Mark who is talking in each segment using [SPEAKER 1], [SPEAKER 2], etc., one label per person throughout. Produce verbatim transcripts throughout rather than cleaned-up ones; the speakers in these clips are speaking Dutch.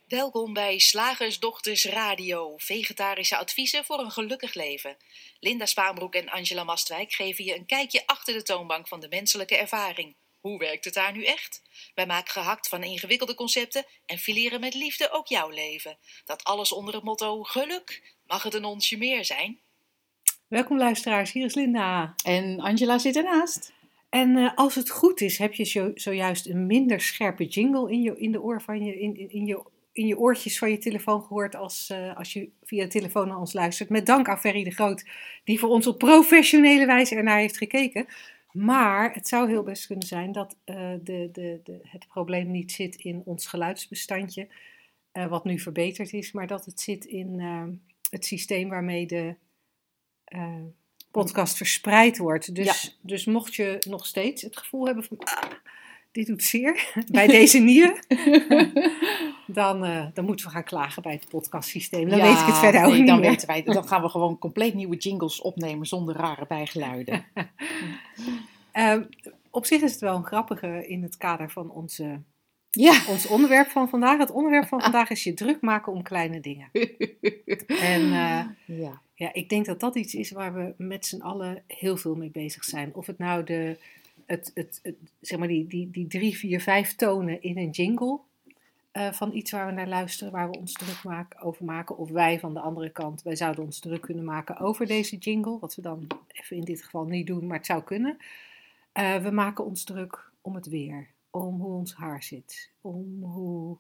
[SPEAKER 1] Welkom bij Slagersdochters Radio, vegetarische adviezen voor een gelukkig leven. Linda Spaanbroek en Angela Mastwijk geven je een kijkje achter de toonbank van de menselijke ervaring. Hoe werkt het daar nu echt? Wij maken gehakt van ingewikkelde concepten en fileren met liefde ook jouw leven. Dat alles onder het motto geluk. Mag het een onsje meer zijn?
[SPEAKER 2] Welkom luisteraars, hier is Linda.
[SPEAKER 3] En Angela zit ernaast.
[SPEAKER 2] En uh, als het goed is, heb je zo, zojuist een minder scherpe jingle in je, in de oor van je, in, in, in je, in je oortjes van je telefoon gehoord als, uh, als je via de telefoon naar ons luistert. Met dank aan Ferry de Groot, die voor ons op professionele wijze ernaar heeft gekeken. Maar het zou heel best kunnen zijn dat uh, de, de, de, het probleem niet zit in ons geluidsbestandje, uh, wat nu verbeterd is, maar dat het zit in uh, het systeem waarmee de uh, podcast verspreid wordt. Dus, ja. dus mocht je nog steeds het gevoel hebben van, ah, dit doet zeer bij deze nieuwe, dan, uh, dan moeten we gaan klagen bij het podcastsysteem. Dan ja, weet ik het verder ook
[SPEAKER 3] nee,
[SPEAKER 2] niet
[SPEAKER 3] dan
[SPEAKER 2] meer.
[SPEAKER 3] Weten wij, dan gaan we gewoon compleet nieuwe jingles opnemen zonder rare bijgeluiden.
[SPEAKER 2] uh, op zich is het wel een grappige in het kader van onze,
[SPEAKER 3] ja.
[SPEAKER 2] ons onderwerp van vandaag. Het onderwerp van vandaag is je druk maken om kleine dingen. En uh, ja. ja, ik denk dat dat iets is waar we met z'n allen heel veel mee bezig zijn. Of het nou de, het, het, het, zeg maar die, die, die drie, vier, vijf tonen in een jingle uh, van iets waar we naar luisteren, waar we ons druk maken, over maken. Of wij van de andere kant, wij zouden ons druk kunnen maken over deze jingle. Wat we dan even in dit geval niet doen, maar het zou kunnen. Uh, we maken ons druk om het weer. Om hoe ons haar zit. Om hoe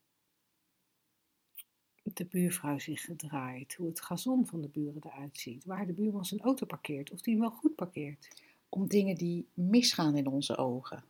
[SPEAKER 2] de buurvrouw zich gedraait. Hoe het gazon van de buren eruit ziet. Waar de buurman zijn auto parkeert. Of die hem wel goed parkeert.
[SPEAKER 3] Om dingen die misgaan in onze ogen.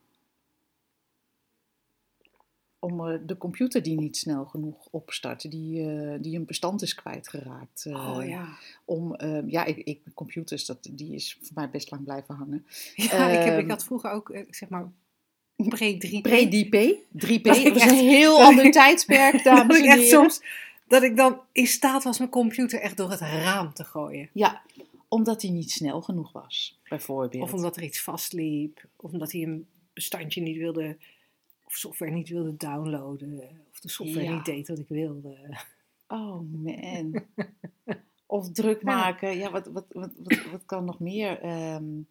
[SPEAKER 3] Om uh, de computer die niet snel genoeg opstart. Die, uh, die een bestand is kwijtgeraakt. Uh,
[SPEAKER 2] oh ja.
[SPEAKER 3] Om, uh, ja, ik, ik, computers, dat, die is voor mij best lang blijven hangen.
[SPEAKER 2] Ja,
[SPEAKER 3] uh,
[SPEAKER 2] ik, heb, ik had vroeger ook, uh, zeg maar... Pre drie P.
[SPEAKER 3] Pre drie P? drie P, dat was echt, een heel ander tijdperk, dames en heren.
[SPEAKER 2] Soms, dat ik dan in staat was mijn computer echt door het raam te gooien.
[SPEAKER 3] Ja, omdat hij niet snel genoeg was, bijvoorbeeld.
[SPEAKER 2] Of omdat er iets vastliep. Of omdat hij een bestandje niet wilde, of software niet wilde downloaden. Of de software ja. niet deed wat ik wilde.
[SPEAKER 3] Oh man. Of druk maken. Ja, wat, wat, wat, wat, wat kan nog meer... Um,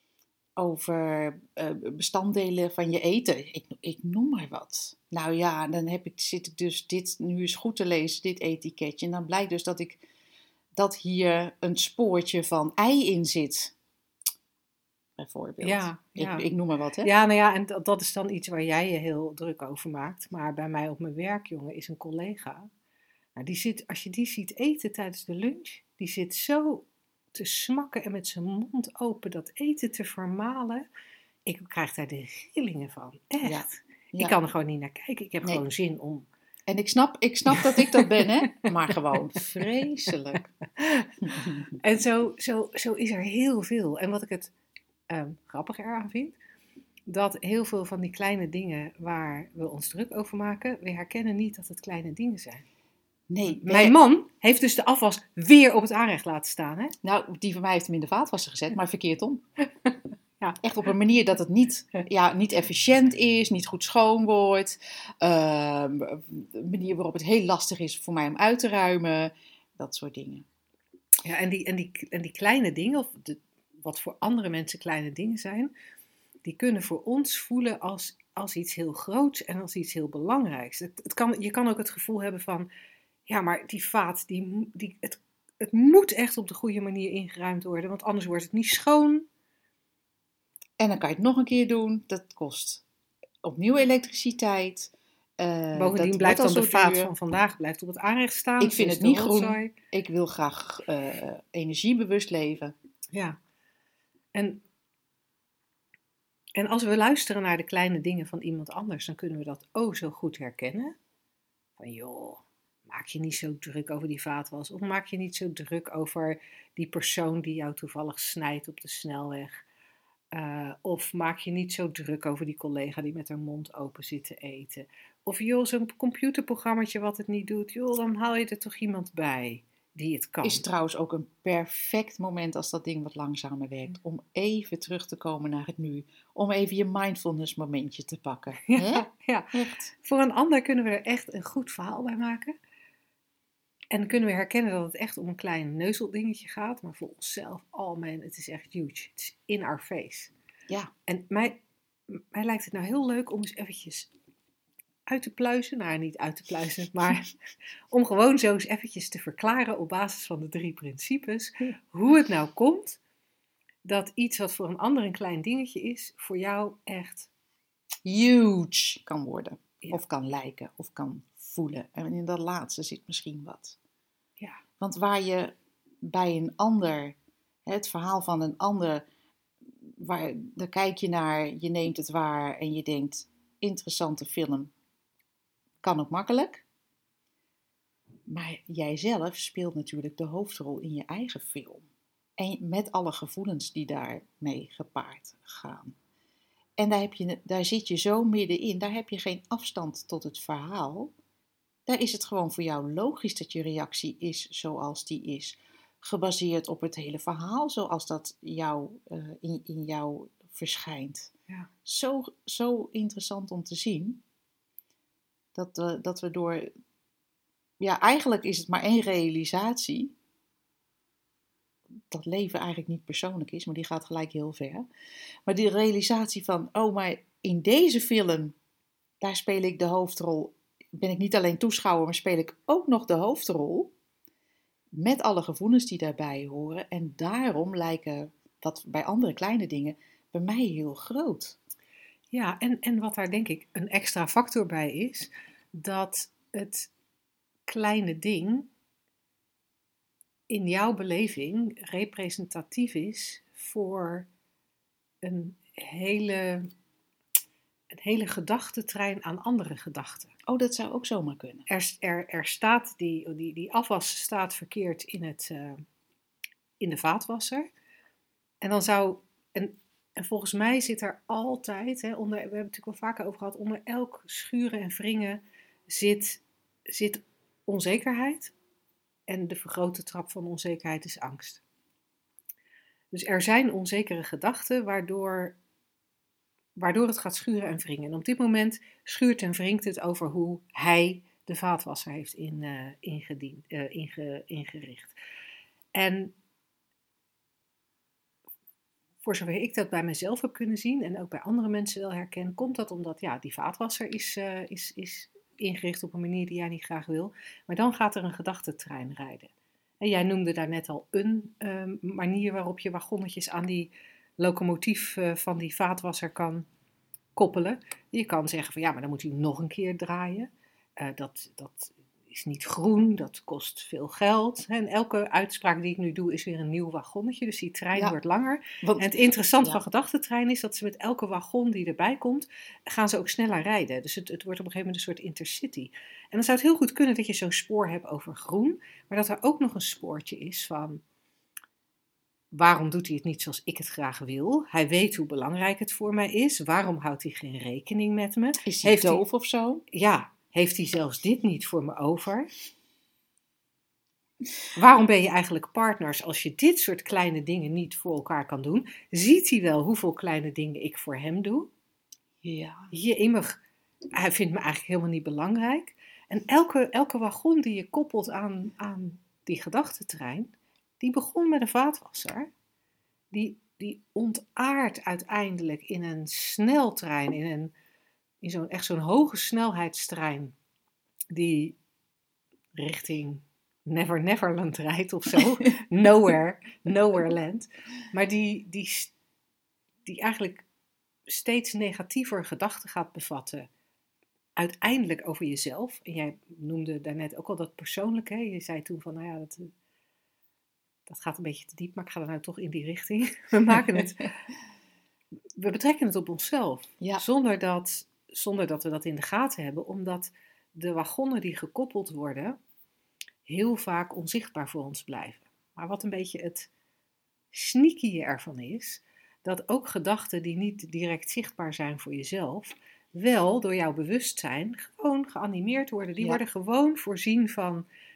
[SPEAKER 3] over uh, bestanddelen van je eten. Ik, ik noem maar wat. Nou ja, dan heb ik, zit ik dus dit nu eens goed te lezen, dit etiketje. En dan blijkt dus dat ik dat hier een spoortje van ei in zit. Bijvoorbeeld.
[SPEAKER 2] Ja, ja.
[SPEAKER 3] Ik, ik noem maar wat, hè?
[SPEAKER 2] Ja, nou ja, en dat, dat is dan iets waar jij je heel druk over maakt. Maar bij mij op mijn werk, jongen, is een collega. Nou, die zit, als je die ziet eten tijdens de lunch, die zit zo te smakken en met zijn mond open dat eten te vermalen. Ik krijg daar de rillingen van. Echt. Ja, ja. Ik kan er gewoon niet naar kijken. Ik heb nee. gewoon zin om...
[SPEAKER 3] En ik snap, ik snap dat ik dat ben, hè? Maar gewoon vreselijk.
[SPEAKER 2] En zo, zo, zo is er heel veel. En wat ik het um, grappiger aan vind, dat heel veel van die kleine dingen waar we ons druk over maken, we herkennen niet dat het kleine dingen zijn.
[SPEAKER 3] Nee,
[SPEAKER 2] mijn man heeft dus de afwas weer op het aanrecht laten staan. Hè?
[SPEAKER 3] Nou, die van mij heeft hem in de vaatwasser gezet, maar verkeerd om. Ja. Echt op een manier dat het niet, ja, niet efficiënt is, niet goed schoon wordt. Uh, een manier waarop het heel lastig is voor mij om uit te ruimen. Dat soort dingen.
[SPEAKER 2] Ja, en die, en die, en die kleine dingen, of de, wat voor andere mensen kleine dingen zijn, die kunnen voor ons voelen als, als iets heel groots en als iets heel belangrijks. Het, het kan, je kan ook het gevoel hebben van... Ja, maar die vaat, die, die, het, het moet echt op de goede manier ingeruimd worden, want anders wordt het niet schoon.
[SPEAKER 3] En dan kan je het nog een keer doen. Dat kost opnieuw elektriciteit.
[SPEAKER 2] Uh, Bovendien dat blijft dan de vaat duur. van vandaag blijft op het aanrecht staan.
[SPEAKER 3] Ik vind het niet groen. Ik wil graag uh, energiebewust leven.
[SPEAKER 2] Ja. En, en als we luisteren naar de kleine dingen van iemand anders, dan kunnen we dat oh zo goed herkennen. Van joh... Maak je niet zo druk over die vaatwas. Of maak je niet zo druk over die persoon die jou toevallig snijdt op de snelweg. Uh, of maak je niet zo druk over die collega die met haar mond open zit te eten. Of joh, zo'n computerprogrammaatje wat het niet doet. Joh, dan haal je er toch iemand bij. die het kan.
[SPEAKER 3] Is trouwens ook een perfect moment als dat ding wat langzamer werkt. Om even terug te komen naar het nu. Om even je mindfulness momentje te pakken.
[SPEAKER 2] Ja,
[SPEAKER 3] Hè?
[SPEAKER 2] ja.
[SPEAKER 3] Echt.
[SPEAKER 2] Voor een ander kunnen we er echt een goed verhaal bij maken. En dan kunnen we herkennen dat het echt om een klein neuzeldingetje gaat. Maar voor onszelf, oh man, het is echt huge. Het is in our face.
[SPEAKER 3] Ja.
[SPEAKER 2] En mij, mij lijkt het nou heel leuk om eens eventjes uit te pluizen. Nou, niet uit te pluizen, maar om gewoon zo eens eventjes te verklaren op basis van de drie principes. Hoe het nou komt dat iets wat voor een ander een klein dingetje is, voor jou echt
[SPEAKER 3] Huge kan worden.
[SPEAKER 2] Ja.
[SPEAKER 3] Of kan lijken. Of kan voelen. En in dat laatste zit misschien wat.
[SPEAKER 2] Ja.
[SPEAKER 3] Want waar je bij een ander, het verhaal van een ander, waar, daar kijk je naar, je neemt het waar en je denkt, interessante film, kan ook makkelijk. Maar jijzelf speelt natuurlijk de hoofdrol in je eigen film. En met alle gevoelens die daarmee gepaard gaan. En daar, heb je, daar zit je zo middenin, daar heb je geen afstand tot het verhaal. Daar is het gewoon voor jou logisch dat je reactie is zoals die is. Gebaseerd op het hele verhaal zoals dat jou, uh, in, in jou verschijnt.
[SPEAKER 2] Ja.
[SPEAKER 3] Zo, zo interessant om te zien. Dat, uh, dat we door... Ja, eigenlijk is het maar één realisatie. Dat leven eigenlijk niet persoonlijk is, maar die gaat gelijk heel ver. Maar die realisatie van, oh, maar in deze film, daar speel ik de hoofdrol. Ben ik niet alleen toeschouwer, maar speel ik ook nog de hoofdrol. Met alle gevoelens die daarbij horen. En daarom lijken, wat bij andere kleine dingen, bij mij heel groot.
[SPEAKER 2] Ja, en, en wat daar denk ik een extra factor bij is, dat het kleine ding in jouw beleving representatief is voor een hele, een hele gedachtentrein aan andere gedachten.
[SPEAKER 3] Oh, dat zou ook zomaar kunnen.
[SPEAKER 2] Er, er, er staat die, die, die afwas staat verkeerd in, het, uh, in de vaatwasser. En dan zou, en, en volgens mij zit er altijd, hè, onder, we hebben het natuurlijk wel vaker over gehad, onder elk schuren en wringen zit, zit onzekerheid. En de vergrote trap van onzekerheid is angst. Dus er zijn onzekere gedachten waardoor, waardoor het gaat schuren en wringen. En op dit moment schuurt en wringt het over hoe hij de vaatwasser heeft in, uh, ingediend, uh, inge, ingericht. En voor zover ik dat bij mezelf heb kunnen zien en ook bij andere mensen wel herken, komt dat omdat ja, die vaatwasser is, uh, is, is ingericht op een manier die jij niet graag wil. Maar dan gaat er een gedachtentrein rijden. En jij noemde daar net al een uh, manier waarop je wagonnetjes aan die locomotief uh, van die vaatwasser kan koppelen. Je kan zeggen van ja, maar dan moet hij nog een keer draaien. Uh, dat, dat is niet groen, dat kost veel geld. En elke uitspraak die ik nu doe is weer een nieuw wagonnetje. Dus die trein ja. wordt langer. Want, en het interessante ja. van gedachtentrein is dat ze met elke wagon die erbij komt, gaan ze ook sneller rijden. Dus het, het wordt op een gegeven moment een soort intercity. En dan zou het heel goed kunnen dat je zo'n spoor hebt over groen, maar dat er ook nog een spoortje is van waarom doet hij het niet zoals ik het graag wil? Hij weet hoe belangrijk het voor mij is. Waarom houdt hij geen rekening met me?
[SPEAKER 3] Is hij
[SPEAKER 2] Heeft
[SPEAKER 3] doof
[SPEAKER 2] hij,
[SPEAKER 3] of zo?
[SPEAKER 2] Ja. Heeft hij zelfs dit niet voor me over? Waarom ben je eigenlijk partners als je dit soort kleine dingen niet voor elkaar kan doen? Ziet hij wel hoeveel kleine dingen ik voor hem doe?
[SPEAKER 3] Ja.
[SPEAKER 2] Je immer, hij vindt me eigenlijk helemaal niet belangrijk. En elke, elke wagon die je koppelt aan, aan die gedachtentrein, die begon met een vaatwasser. Die, die ontaardt uiteindelijk in een sneltrein, in een in zo'n echt zo'n hoge snelheidstrein die richting Never Neverland rijdt of zo. Nowhere, Nowhere Land. Maar die, die, die eigenlijk steeds negatiever gedachten gaat bevatten. Uiteindelijk over jezelf. En jij noemde daarnet ook al dat persoonlijke. Je zei toen van, nou ja, dat, dat gaat een beetje te diep, maar ik ga er nou toch in die richting. We maken het, we betrekken het op onszelf.
[SPEAKER 3] Ja.
[SPEAKER 2] Zonder dat... Zonder dat we dat in de gaten hebben, omdat de wagonnen die gekoppeld worden heel vaak onzichtbaar voor ons blijven. Maar wat een beetje het sneaky ervan is, dat ook gedachten die niet direct zichtbaar zijn voor jezelf, wel door jouw bewustzijn gewoon geanimeerd worden. Die ja. worden gewoon voorzien van,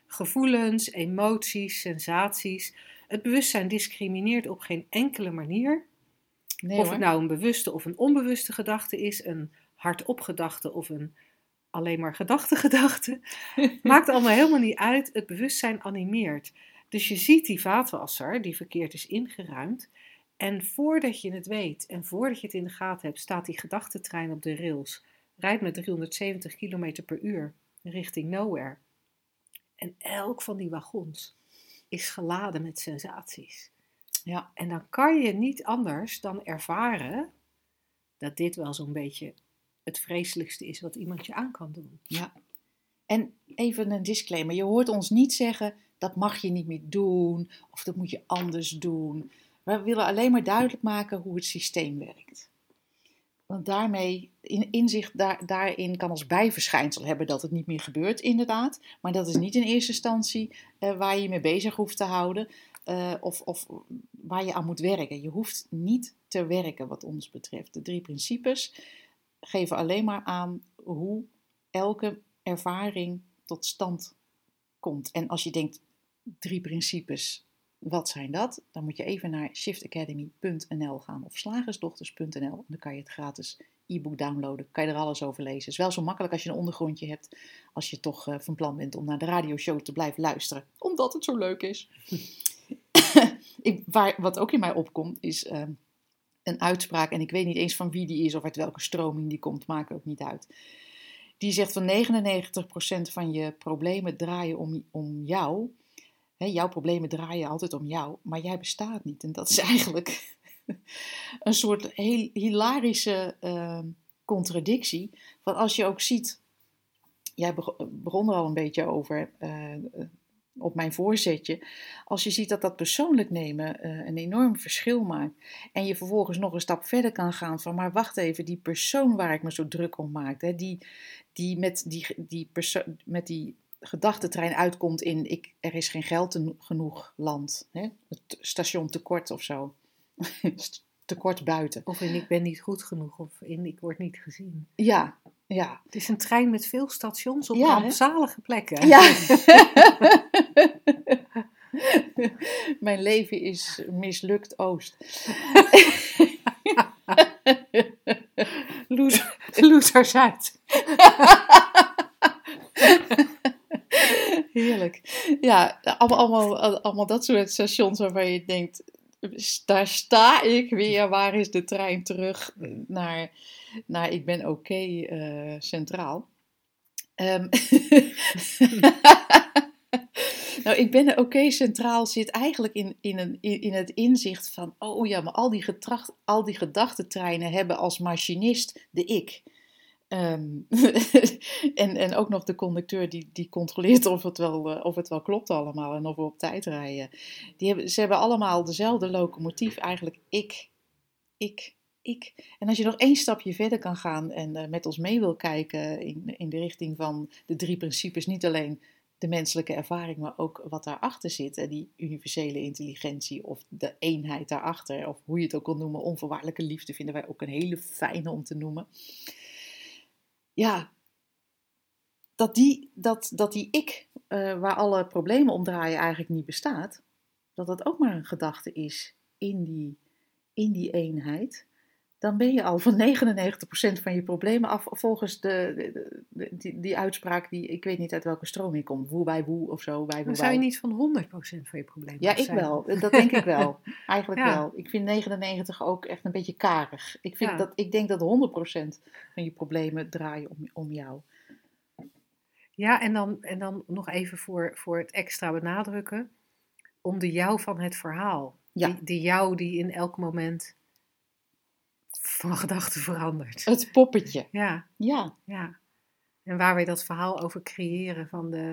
[SPEAKER 2] gevoelens, emoties, sensaties. Het bewustzijn discrimineert op geen enkele manier.
[SPEAKER 3] Nee,
[SPEAKER 2] of
[SPEAKER 3] hoor.
[SPEAKER 2] het nou een bewuste of een onbewuste gedachte is, een hardop gedachte of een alleen maar gedachte-gedachte. Maakt allemaal helemaal niet uit. Het bewustzijn animeert. Dus je ziet die vaatwasser die verkeerd is ingeruimd. En voordat je het weet en voordat je het in de gaten hebt, staat die gedachtentrein op de rails. Rijdt met driehonderdzeventig kilometer per uur richting nowhere. En elk van die wagons is geladen met sensaties.
[SPEAKER 3] Ja.
[SPEAKER 2] En dan kan je niet anders dan ervaren dat dit wel zo'n beetje het vreselijkste is wat iemand je aan kan doen.
[SPEAKER 3] Ja. En even een disclaimer. Je hoort ons niet zeggen, dat mag je niet meer doen. Of dat moet je anders doen. We willen alleen maar duidelijk maken hoe het systeem werkt. Want daarmee, in, inzicht daar, daarin kan als bijverschijnsel hebben dat het niet meer gebeurt, inderdaad. Maar dat is niet in eerste instantie uh, waar je je mee bezig hoeft te houden. Uh, of, of waar je aan moet werken. Je hoeft niet te werken wat ons betreft. De drie principes geven alleen maar aan hoe elke ervaring tot stand komt. En als je denkt, drie principes, wat zijn dat? Dan moet je even naar shift academy punt n l gaan of slagersdochters punt n l. Dan kan je het gratis e-book downloaden. Kan je er alles over lezen. Het is wel zo makkelijk als je een ondergrondje hebt. Als je toch uh, van plan bent om naar de radioshow te blijven luisteren. Omdat het zo leuk is. ik, waar, wat ook in mij opkomt is uh, een uitspraak. En ik weet niet eens van wie die is of uit welke stroming die komt. Maakt ook niet uit. Die zegt van negenennegentig procent van je problemen draaien om, om jou. He, jouw problemen draaien altijd om jou, maar jij bestaat niet. En dat is eigenlijk een soort heel hilarische uh, contradictie. Want als je ook ziet, jij begon er al een beetje over uh, op mijn voorzetje. Als je ziet dat dat persoonlijk nemen uh, een enorm verschil maakt. En je vervolgens nog een stap verder kan gaan van, maar wacht even, die persoon waar ik me zo druk om maak. Hè, die, die met die, die persoon, met die gedachtentrein uitkomt in ik, er is geen geld te, genoeg land. Hè? Het station tekort of zo. Tekort buiten.
[SPEAKER 2] Of in ik ben niet goed genoeg. Of in ik word niet gezien.
[SPEAKER 3] Ja, ja.
[SPEAKER 2] Het is een trein met veel stations op
[SPEAKER 3] ja,
[SPEAKER 2] rampzalige hè? plekken.
[SPEAKER 3] Ja. Mijn leven is mislukt Oost.
[SPEAKER 2] Loser, loser Zuid.
[SPEAKER 3] Heerlijk. Ja, allemaal, allemaal, allemaal dat soort stations waarvan je denkt, daar sta ik weer, waar is de trein terug naar, naar ik ben oké okay, uh, centraal. Um, nou, ik ben oké okay, centraal zit eigenlijk in, in, een, in, in het inzicht van, oh ja, maar al die, getracht, al die gedachtentreinen hebben als machinist de ik. Um, en, en ook nog de conducteur die, die controleert of het, wel, uh, of het wel klopt allemaal en of we op tijd rijden. Die hebben, ze hebben allemaal dezelfde locomotief, eigenlijk ik, ik, ik. En als je nog één stapje verder kan gaan en uh, met ons mee wil kijken in, in de richting van de drie principes, niet alleen de menselijke ervaring, maar ook wat daarachter zit. Hè, die universele intelligentie of de eenheid daarachter, of hoe je het ook wil noemen, onvoorwaardelijke liefde vinden wij ook een hele fijne om te noemen. Ja, dat die, dat, dat die ik, uh, waar alle problemen om draaien, eigenlijk niet bestaat. Dat dat ook maar een gedachte is in die, in die eenheid. Dan ben je al van negenennegentig procent van je problemen af. Volgens de, de, de, die, die uitspraak, die ik weet niet uit welke stroming komt. Woe bij woe of zo. Bij
[SPEAKER 2] maar zou je niet van honderd procent van je problemen
[SPEAKER 3] Ja,
[SPEAKER 2] af
[SPEAKER 3] ik
[SPEAKER 2] zijn?
[SPEAKER 3] wel. Dat denk ik wel. Eigenlijk
[SPEAKER 2] ja.
[SPEAKER 3] wel. Ik vind negenennegentig ook echt een beetje karig. Ik, vind
[SPEAKER 2] ja.
[SPEAKER 3] dat, ik denk dat honderd procent van je problemen draaien om, om jou.
[SPEAKER 2] Ja, en dan, en dan nog even voor, voor het extra benadrukken. Om de jou van het verhaal.
[SPEAKER 3] Ja.
[SPEAKER 2] Die, die jou die in elk moment van gedachten verandert.
[SPEAKER 3] Het poppetje.
[SPEAKER 2] Ja.
[SPEAKER 3] Ja.
[SPEAKER 2] ja. En waar wij dat verhaal over creëren van de,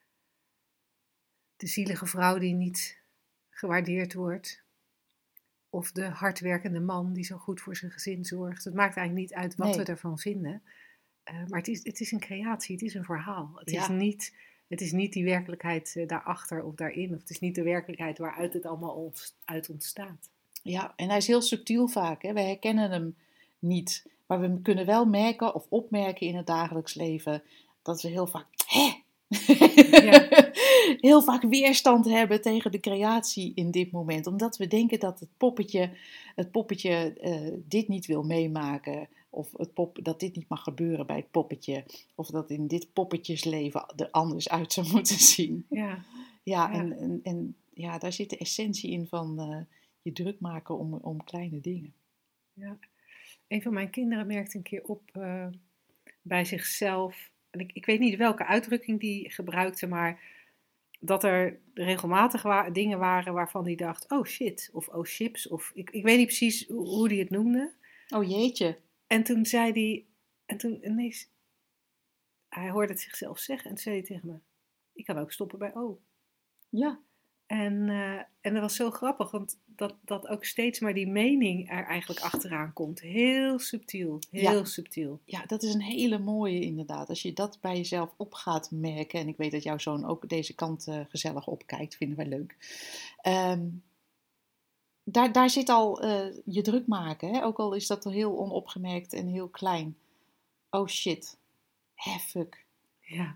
[SPEAKER 2] de zielige vrouw die niet gewaardeerd wordt. Of de hardwerkende man die zo goed voor zijn gezin zorgt. Het maakt eigenlijk niet uit wat
[SPEAKER 3] Nee.
[SPEAKER 2] we ervan vinden. Uh, maar het is, het is een creatie, het is een verhaal. Het,
[SPEAKER 3] Ja.
[SPEAKER 2] is, niet, het is niet die werkelijkheid uh, daarachter of daarin. Of het is niet de werkelijkheid waaruit het allemaal ont, uit ontstaat.
[SPEAKER 3] Ja, en hij is heel subtiel vaak. Hè? Wij herkennen hem niet. Maar we kunnen wel merken of opmerken in het dagelijks leven dat we heel vaak... Hè?
[SPEAKER 2] Ja.
[SPEAKER 3] heel vaak weerstand hebben tegen de creatie in dit moment. Omdat we denken dat het poppetje, het poppetje uh, dit niet wil meemaken. Of het pop, dat dit niet mag gebeuren bij het poppetje. Of dat in dit poppetjesleven er anders uit zou moeten zien.
[SPEAKER 2] Ja,
[SPEAKER 3] Ja,
[SPEAKER 2] ja.
[SPEAKER 3] En, en, en ja, daar zit de essentie in van uh, je druk maken om, om kleine dingen.
[SPEAKER 2] Ja. Een van mijn kinderen merkte een keer op uh, bij zichzelf. En ik, ik weet niet welke uitdrukking die gebruikte, maar dat er regelmatig wa- dingen waren waarvan hij dacht, oh shit, of oh chips, of ik, ik weet niet precies hoe, hoe hij het noemde.
[SPEAKER 3] Oh jeetje.
[SPEAKER 2] En toen zei hij, en toen ineens, hij hoorde het zichzelf zeggen en toen zei hij tegen me, ik kan ook stoppen bij oh.
[SPEAKER 3] Ja.
[SPEAKER 2] En, uh, en dat was zo grappig, want dat, dat ook steeds maar die mening er eigenlijk achteraan komt. Heel subtiel, heel
[SPEAKER 3] ja.
[SPEAKER 2] subtiel.
[SPEAKER 3] Ja, dat is een hele mooie inderdaad. Als je dat bij jezelf op gaat merken, en ik weet dat jouw zoon ook deze kant uh, gezellig opkijkt, vinden wij leuk. Um, daar, daar zit al uh, je druk maken, hè? Ook al is dat heel onopgemerkt en heel klein. Oh shit, hè fuck.
[SPEAKER 2] Ja.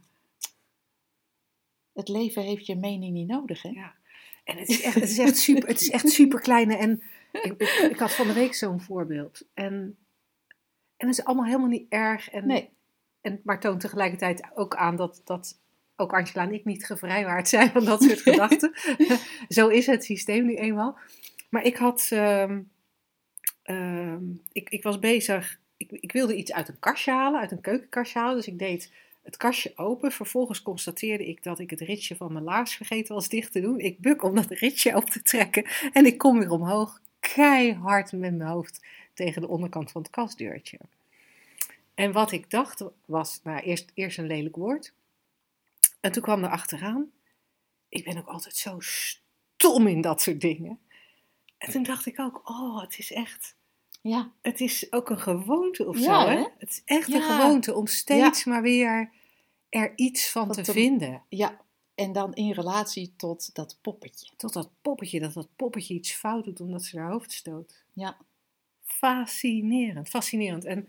[SPEAKER 3] Het leven heeft je mening niet nodig, hè?
[SPEAKER 2] Ja. En het is echt, het is echt super, het is echt super kleine. En ik, ik, ik had van de week zo'n voorbeeld. En, en het is allemaal helemaal niet erg. En,
[SPEAKER 3] nee.
[SPEAKER 2] en, maar toont tegelijkertijd ook aan dat, dat ook Angela en ik niet gevrijwaard zijn van dat soort gedachten. Zo is het systeem nu eenmaal. Maar ik had, um, um, ik, ik was bezig, ik, ik wilde iets uit een kastje halen, uit een keukenkastje halen. Dus ik deed het kastje open. Vervolgens constateerde ik dat ik het ritje van mijn laars vergeten was dicht te doen. Ik buk om dat ritje op te trekken en ik kom weer omhoog, keihard met mijn hoofd tegen de onderkant van het kastdeurtje. En wat ik dacht was, nou eerst, eerst een lelijk woord. En toen kwam er achteraan, ik ben ook altijd zo stom in dat soort dingen. En toen dacht ik ook, oh, het is echt,
[SPEAKER 3] ja.
[SPEAKER 2] het is ook een gewoonte of
[SPEAKER 3] ja,
[SPEAKER 2] zo, hè?
[SPEAKER 3] hè?
[SPEAKER 2] Het is echt
[SPEAKER 3] ja.
[SPEAKER 2] een gewoonte om steeds
[SPEAKER 3] ja.
[SPEAKER 2] maar weer er iets van
[SPEAKER 3] Wat
[SPEAKER 2] te
[SPEAKER 3] de,
[SPEAKER 2] vinden.
[SPEAKER 3] Ja, en dan in relatie tot dat poppetje.
[SPEAKER 2] Tot dat poppetje, dat dat poppetje iets fout doet omdat ze haar hoofd stoot.
[SPEAKER 3] Ja.
[SPEAKER 2] Fascinerend, fascinerend. En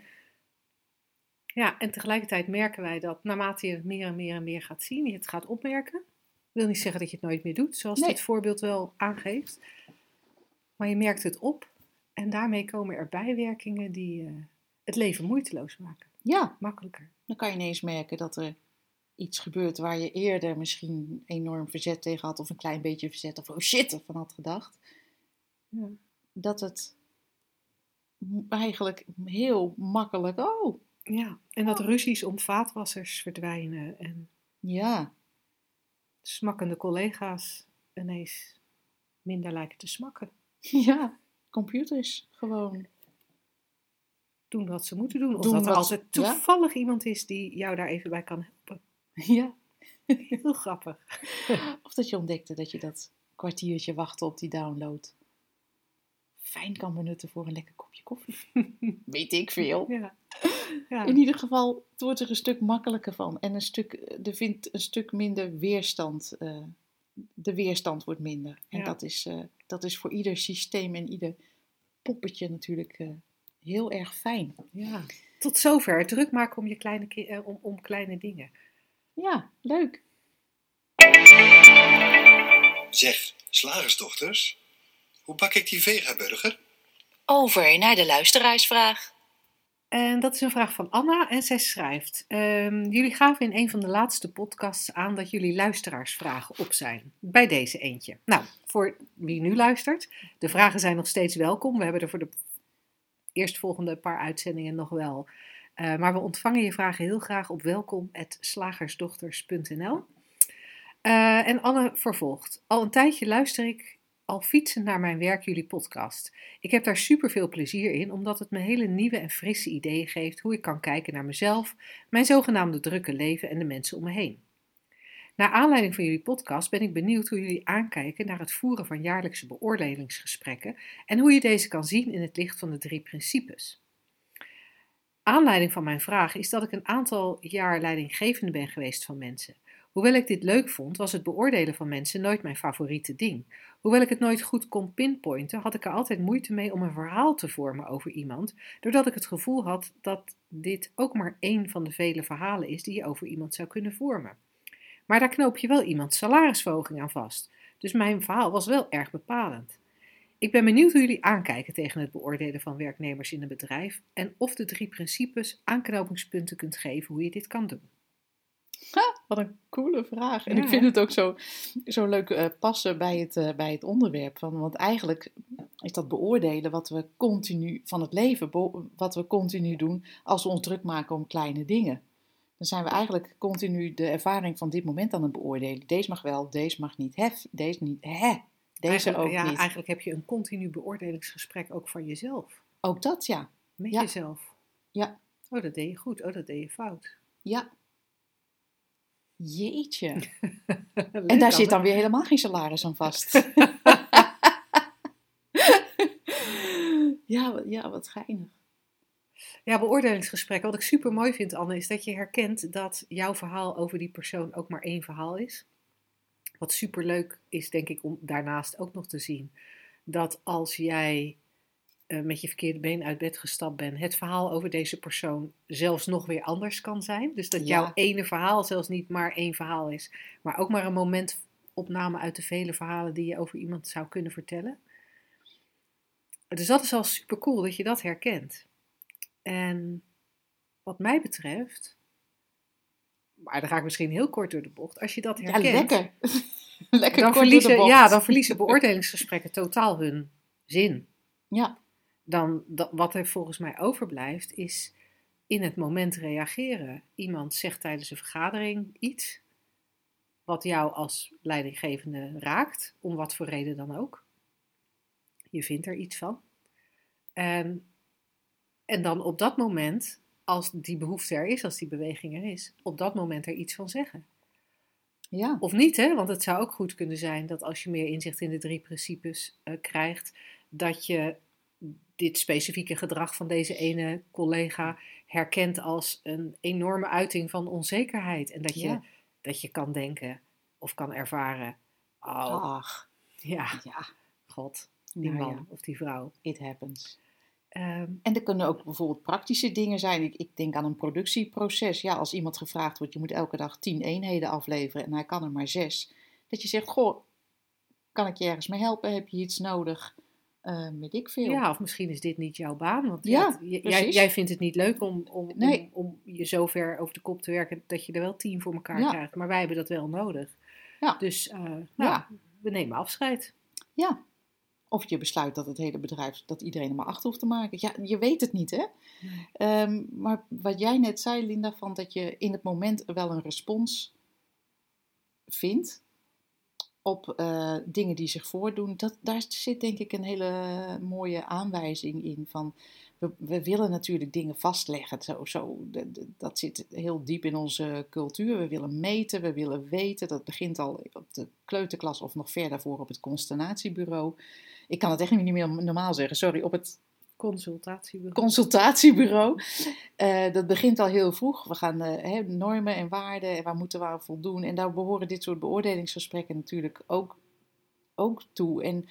[SPEAKER 2] ja, en tegelijkertijd merken wij dat naarmate je het meer en meer en meer gaat zien, je het gaat opmerken. Wil niet zeggen dat je het nooit meer doet, zoals
[SPEAKER 3] nee.
[SPEAKER 2] dit voorbeeld wel aangeeft. Maar je merkt het op en daarmee komen er bijwerkingen die uh, het leven moeiteloos maken.
[SPEAKER 3] Ja.
[SPEAKER 2] Makkelijker.
[SPEAKER 3] Dan kan je ineens merken dat er iets gebeurt waar je eerder misschien enorm verzet tegen had, of een klein beetje verzet, of oh shit ervan had gedacht.
[SPEAKER 2] Ja.
[SPEAKER 3] Dat het eigenlijk heel makkelijk, oh.
[SPEAKER 2] Ja, en dat oh. ruzies om vaatwassers verdwijnen en
[SPEAKER 3] ja.
[SPEAKER 2] smakkende collega's ineens minder lijken te smakken.
[SPEAKER 3] Ja, computers gewoon.
[SPEAKER 2] Doen wat ze moeten doen. Of
[SPEAKER 3] doen
[SPEAKER 2] dat er
[SPEAKER 3] wat,
[SPEAKER 2] altijd toevallig
[SPEAKER 3] ja?
[SPEAKER 2] iemand is die jou daar even bij kan helpen.
[SPEAKER 3] Ja.
[SPEAKER 2] Heel grappig.
[SPEAKER 3] Of dat je ontdekte dat je dat kwartiertje wachten op die download fijn kan benutten voor een lekker kopje koffie. Weet ik veel.
[SPEAKER 2] Ja. Ja.
[SPEAKER 3] In ieder geval, het wordt er een stuk makkelijker van. En een stuk, er vindt een stuk minder weerstand. Uh, de weerstand wordt minder. En
[SPEAKER 2] ja.
[SPEAKER 3] dat, is, uh, dat is voor ieder systeem en ieder poppetje natuurlijk uh, heel erg fijn.
[SPEAKER 2] Ja. Tot zover. Druk maken om, je kleine ki- uh, om, om kleine dingen.
[SPEAKER 3] Ja, leuk.
[SPEAKER 4] Zeg, slagersdochters, hoe bak ik die vegaburger?
[SPEAKER 1] Over naar de luisteraarsvraag.
[SPEAKER 2] En dat is een vraag van Anna en zij schrijft: um, jullie gaven in een van de laatste podcasts aan dat jullie luisteraarsvragen op zijn. Bij deze eentje. Nou, voor wie nu luistert, de vragen zijn nog steeds welkom. We hebben er voor de eerstvolgende paar uitzendingen nog wel. Uh, maar we ontvangen je vragen heel graag op welkom at slagersdochters punt n l. Uh, en Anne vervolgt: al een tijdje luister ik al fietsend naar mijn werk jullie podcast. Ik heb daar super veel plezier in, omdat het me hele nieuwe en frisse ideeën geeft hoe ik kan kijken naar mezelf, mijn zogenaamde drukke leven en de mensen om me heen. Naar aanleiding van jullie podcast ben ik benieuwd hoe jullie aankijken naar het voeren van jaarlijkse beoordelingsgesprekken en hoe je deze kan zien in het licht van de drie principes. Aanleiding van mijn vraag is dat ik een aantal jaar leidinggevende ben geweest van mensen. Hoewel ik dit leuk vond, was het beoordelen van mensen nooit mijn favoriete ding. Hoewel ik het nooit goed kon pinpointen, had ik er altijd moeite mee om een verhaal te vormen over iemand, doordat ik het gevoel had dat dit ook maar één van de vele verhalen is die je over iemand zou kunnen vormen. Maar daar knoop je wel iemands salarisverhoging aan vast. Dus mijn verhaal was wel erg bepalend. Ik ben benieuwd hoe jullie aankijken tegen het beoordelen van werknemers in een bedrijf en of de drie principes aanknopingspunten kunt geven hoe je dit kan doen.
[SPEAKER 3] Ha, wat een coole vraag. En
[SPEAKER 2] Ja,
[SPEAKER 3] ik vind
[SPEAKER 2] hè?
[SPEAKER 3] het ook zo, zo leuk eh, passen bij het, eh, bij het onderwerp. Van, want eigenlijk is dat beoordelen wat we continu van het leven, bo- wat we continu doen als we ons druk maken om kleine dingen. Dan zijn we eigenlijk continu de ervaring van dit moment aan het beoordelen. Deze mag wel, deze mag niet. Hef, deze niet. Hè, deze
[SPEAKER 2] Eigenlijk,
[SPEAKER 3] ook
[SPEAKER 2] ja,
[SPEAKER 3] niet.
[SPEAKER 2] eigenlijk heb je een continu beoordelingsgesprek ook van jezelf.
[SPEAKER 3] Ook dat, ja.
[SPEAKER 2] Met
[SPEAKER 3] Ja.
[SPEAKER 2] jezelf.
[SPEAKER 3] Ja,
[SPEAKER 2] Oh, dat deed je goed. Oh, dat deed je fout.
[SPEAKER 3] ja. Jeetje.
[SPEAKER 2] Leuk,
[SPEAKER 3] En daar
[SPEAKER 2] Anne.
[SPEAKER 3] zit dan weer helemaal geen salaris aan vast. ja, wat- ja, wat geinig.
[SPEAKER 2] Ja, beoordelingsgesprekken. Wat ik super mooi vind, Anne, is dat je herkent dat jouw verhaal over die persoon ook maar één verhaal is. Wat super leuk is, denk ik, om daarnaast ook nog te zien dat als jij eh, met je verkeerde been uit bed gestapt bent, het verhaal over deze persoon zelfs nog weer anders kan zijn. Dus dat
[SPEAKER 3] Ja.
[SPEAKER 2] jouw ene verhaal zelfs niet maar één verhaal is, maar ook maar een momentopname uit de vele verhalen die je over iemand zou kunnen vertellen. Dus dat is al super cool dat je dat herkent. En wat mij betreft, maar dan ga ik misschien heel kort door de bocht, als je dat
[SPEAKER 3] Ja,
[SPEAKER 2] herkent,
[SPEAKER 3] lekker. lekker
[SPEAKER 2] dan,
[SPEAKER 3] kort door de
[SPEAKER 2] verliezen,
[SPEAKER 3] bocht.
[SPEAKER 2] ja, dan verliezen beoordelingsgesprekken totaal hun zin.
[SPEAKER 3] Ja,
[SPEAKER 2] Dan, dat, wat er volgens mij overblijft is in het moment reageren. Iemand zegt tijdens een vergadering iets wat jou als leidinggevende raakt, om wat voor reden dan ook. Je vindt er iets van. En, en dan op dat moment, als die behoefte er is, als die beweging er is, op dat moment er iets van zeggen.
[SPEAKER 3] ja.
[SPEAKER 2] Of niet, hè? Want het zou ook goed kunnen zijn dat als je meer inzicht in de drie principes uh, krijgt, dat je dit specifieke gedrag van deze ene collega herkent als een enorme uiting van onzekerheid. En dat je,
[SPEAKER 3] Ja.
[SPEAKER 2] dat je kan denken of kan ervaren, oh,
[SPEAKER 3] Ach,
[SPEAKER 2] ja,
[SPEAKER 3] ja.
[SPEAKER 2] god, die
[SPEAKER 3] Nou
[SPEAKER 2] man
[SPEAKER 3] ja,
[SPEAKER 2] of die vrouw.
[SPEAKER 3] it happens.
[SPEAKER 2] Um,
[SPEAKER 3] En er kunnen ook bijvoorbeeld praktische dingen zijn. Ik, ik denk aan een productieproces. Ja, als iemand gevraagd wordt, je moet elke dag tien eenheden afleveren en hij kan er maar zes. Dat je zegt, goh, kan ik je ergens mee helpen? Heb je iets nodig? Uh, weet ik veel.
[SPEAKER 2] Ja, of misschien is dit niet jouw baan. Want
[SPEAKER 3] ja,
[SPEAKER 2] ja, jij, jij vindt het niet leuk om, om,
[SPEAKER 3] nee.
[SPEAKER 2] om, om je zo ver over de kop te werken dat je er wel tien voor elkaar
[SPEAKER 3] ja.
[SPEAKER 2] krijgt. Maar wij hebben dat wel nodig.
[SPEAKER 3] Ja.
[SPEAKER 2] Dus uh, nou,
[SPEAKER 3] ja.
[SPEAKER 2] we nemen afscheid.
[SPEAKER 3] Ja. Of je besluit dat het hele bedrijf, dat iedereen er maar achter hoeft te maken. Ja, je weet het niet, hè? Nee. Um, maar wat jij net zei, Linda, van dat je in het moment wel een respons vindt op uh, dingen die zich voordoen. Dat, daar zit denk ik een hele mooie aanwijzing in. Van, we, we willen natuurlijk dingen vastleggen. Zo, zo, de, de, dat zit heel diep in onze cultuur. We willen meten, we willen weten. Dat begint al op de kleuterklas of nog verder voor op het constellatiebureau. Ik kan het echt niet meer normaal zeggen. Sorry, op het
[SPEAKER 2] consultatiebureau.
[SPEAKER 3] consultatiebureau. Uh, dat begint al heel vroeg. We gaan uh, he, normen en waarden en waar moeten we aan voldoen. En daar behoren dit soort beoordelingsgesprekken natuurlijk ook, ook toe. En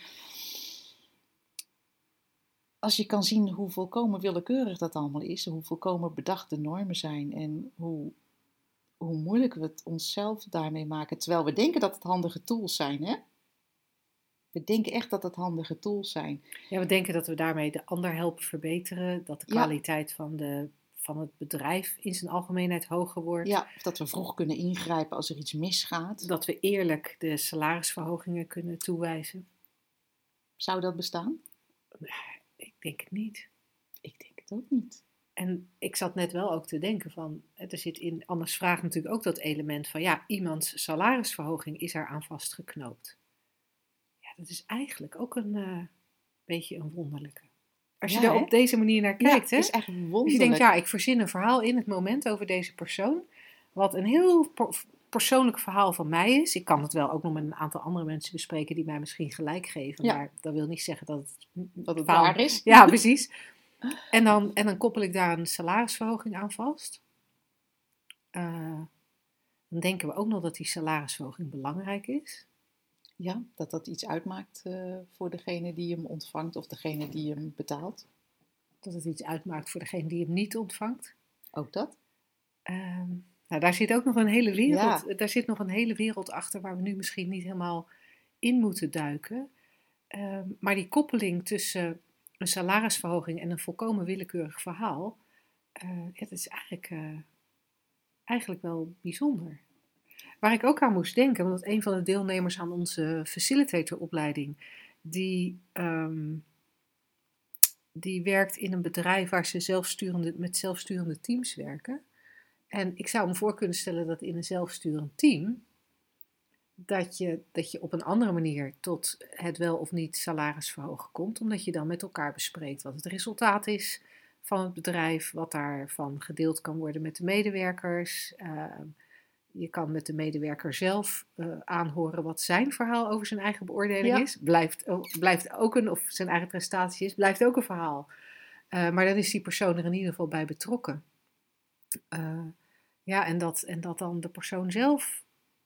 [SPEAKER 3] als je kan zien hoe volkomen willekeurig dat allemaal is, hoe volkomen bedacht de normen zijn en hoe, hoe moeilijk we het onszelf daarmee maken. Terwijl we denken dat het handige tools zijn, hè? We denken echt dat het handige tools zijn.
[SPEAKER 2] Ja, we denken dat we daarmee de ander helpen verbeteren. Dat de kwaliteit ja. van, de, van het bedrijf in zijn algemeenheid hoger wordt.
[SPEAKER 3] Ja, of dat we vroeg kunnen ingrijpen als er iets misgaat.
[SPEAKER 2] Dat we eerlijk de salarisverhogingen kunnen toewijzen.
[SPEAKER 3] Zou dat bestaan?
[SPEAKER 2] Ik denk het niet.
[SPEAKER 3] Ik denk het ook niet.
[SPEAKER 2] En ik zat net wel ook te denken van, er zit in Anne's vraag natuurlijk ook dat element van, ja, iemands salarisverhoging is er aan vastgeknoopt. Dat is eigenlijk ook een uh, beetje een wonderlijke. Als je
[SPEAKER 3] ja,
[SPEAKER 2] er op deze manier naar kijkt.
[SPEAKER 3] Ja,
[SPEAKER 2] hè?
[SPEAKER 3] is echt wonderlijk.
[SPEAKER 2] Als je denkt, ja, ik verzin een verhaal in het moment over deze persoon. Wat een heel per- persoonlijk verhaal van mij is. Ik kan het wel ook nog met een aantal andere mensen bespreken die mij misschien gelijk geven.
[SPEAKER 3] Ja.
[SPEAKER 2] Maar dat wil niet zeggen dat het,
[SPEAKER 3] dat het
[SPEAKER 2] verhaal...
[SPEAKER 3] waar is.
[SPEAKER 2] Ja, precies. En dan, en dan koppel ik daar een salarisverhoging aan vast. Uh, dan denken we ook nog dat die salarisverhoging belangrijk is.
[SPEAKER 3] Ja, dat dat iets uitmaakt uh, voor degene die hem ontvangt of degene die hem betaalt.
[SPEAKER 2] Dat het iets uitmaakt voor degene die hem niet ontvangt.
[SPEAKER 3] Ook dat?
[SPEAKER 2] Uh, Nou, daar zit ook nog een hele wereld,
[SPEAKER 3] Ja.
[SPEAKER 2] daar zit nog een hele wereld achter waar we nu misschien niet helemaal in moeten duiken. Uh, maar die koppeling tussen een salarisverhoging en een volkomen willekeurig verhaal, uh, ja, dat is eigenlijk, uh, eigenlijk wel bijzonder. Waar ik ook aan moest denken, want een van de deelnemers aan onze facilitatoropleiding, die, um, die werkt in een bedrijf waar ze zelfsturende, met zelfsturende teams werken. En ik zou me voor kunnen stellen dat in een zelfsturend team, dat je, dat je op een andere manier tot het wel of niet salarisverhogen komt, omdat je dan met elkaar bespreekt wat het resultaat is van het bedrijf, wat daarvan gedeeld kan worden met de medewerkers. Uh, je kan met de medewerker zelf uh, aanhoren wat zijn verhaal over zijn eigen beoordeling
[SPEAKER 3] Ja.
[SPEAKER 2] is. Blijft, blijft ook een, of zijn eigen prestatie is, blijft ook een verhaal. Uh, maar dan is die persoon er in ieder geval bij betrokken. Uh, ja, en dat, en dat dan de persoon zelf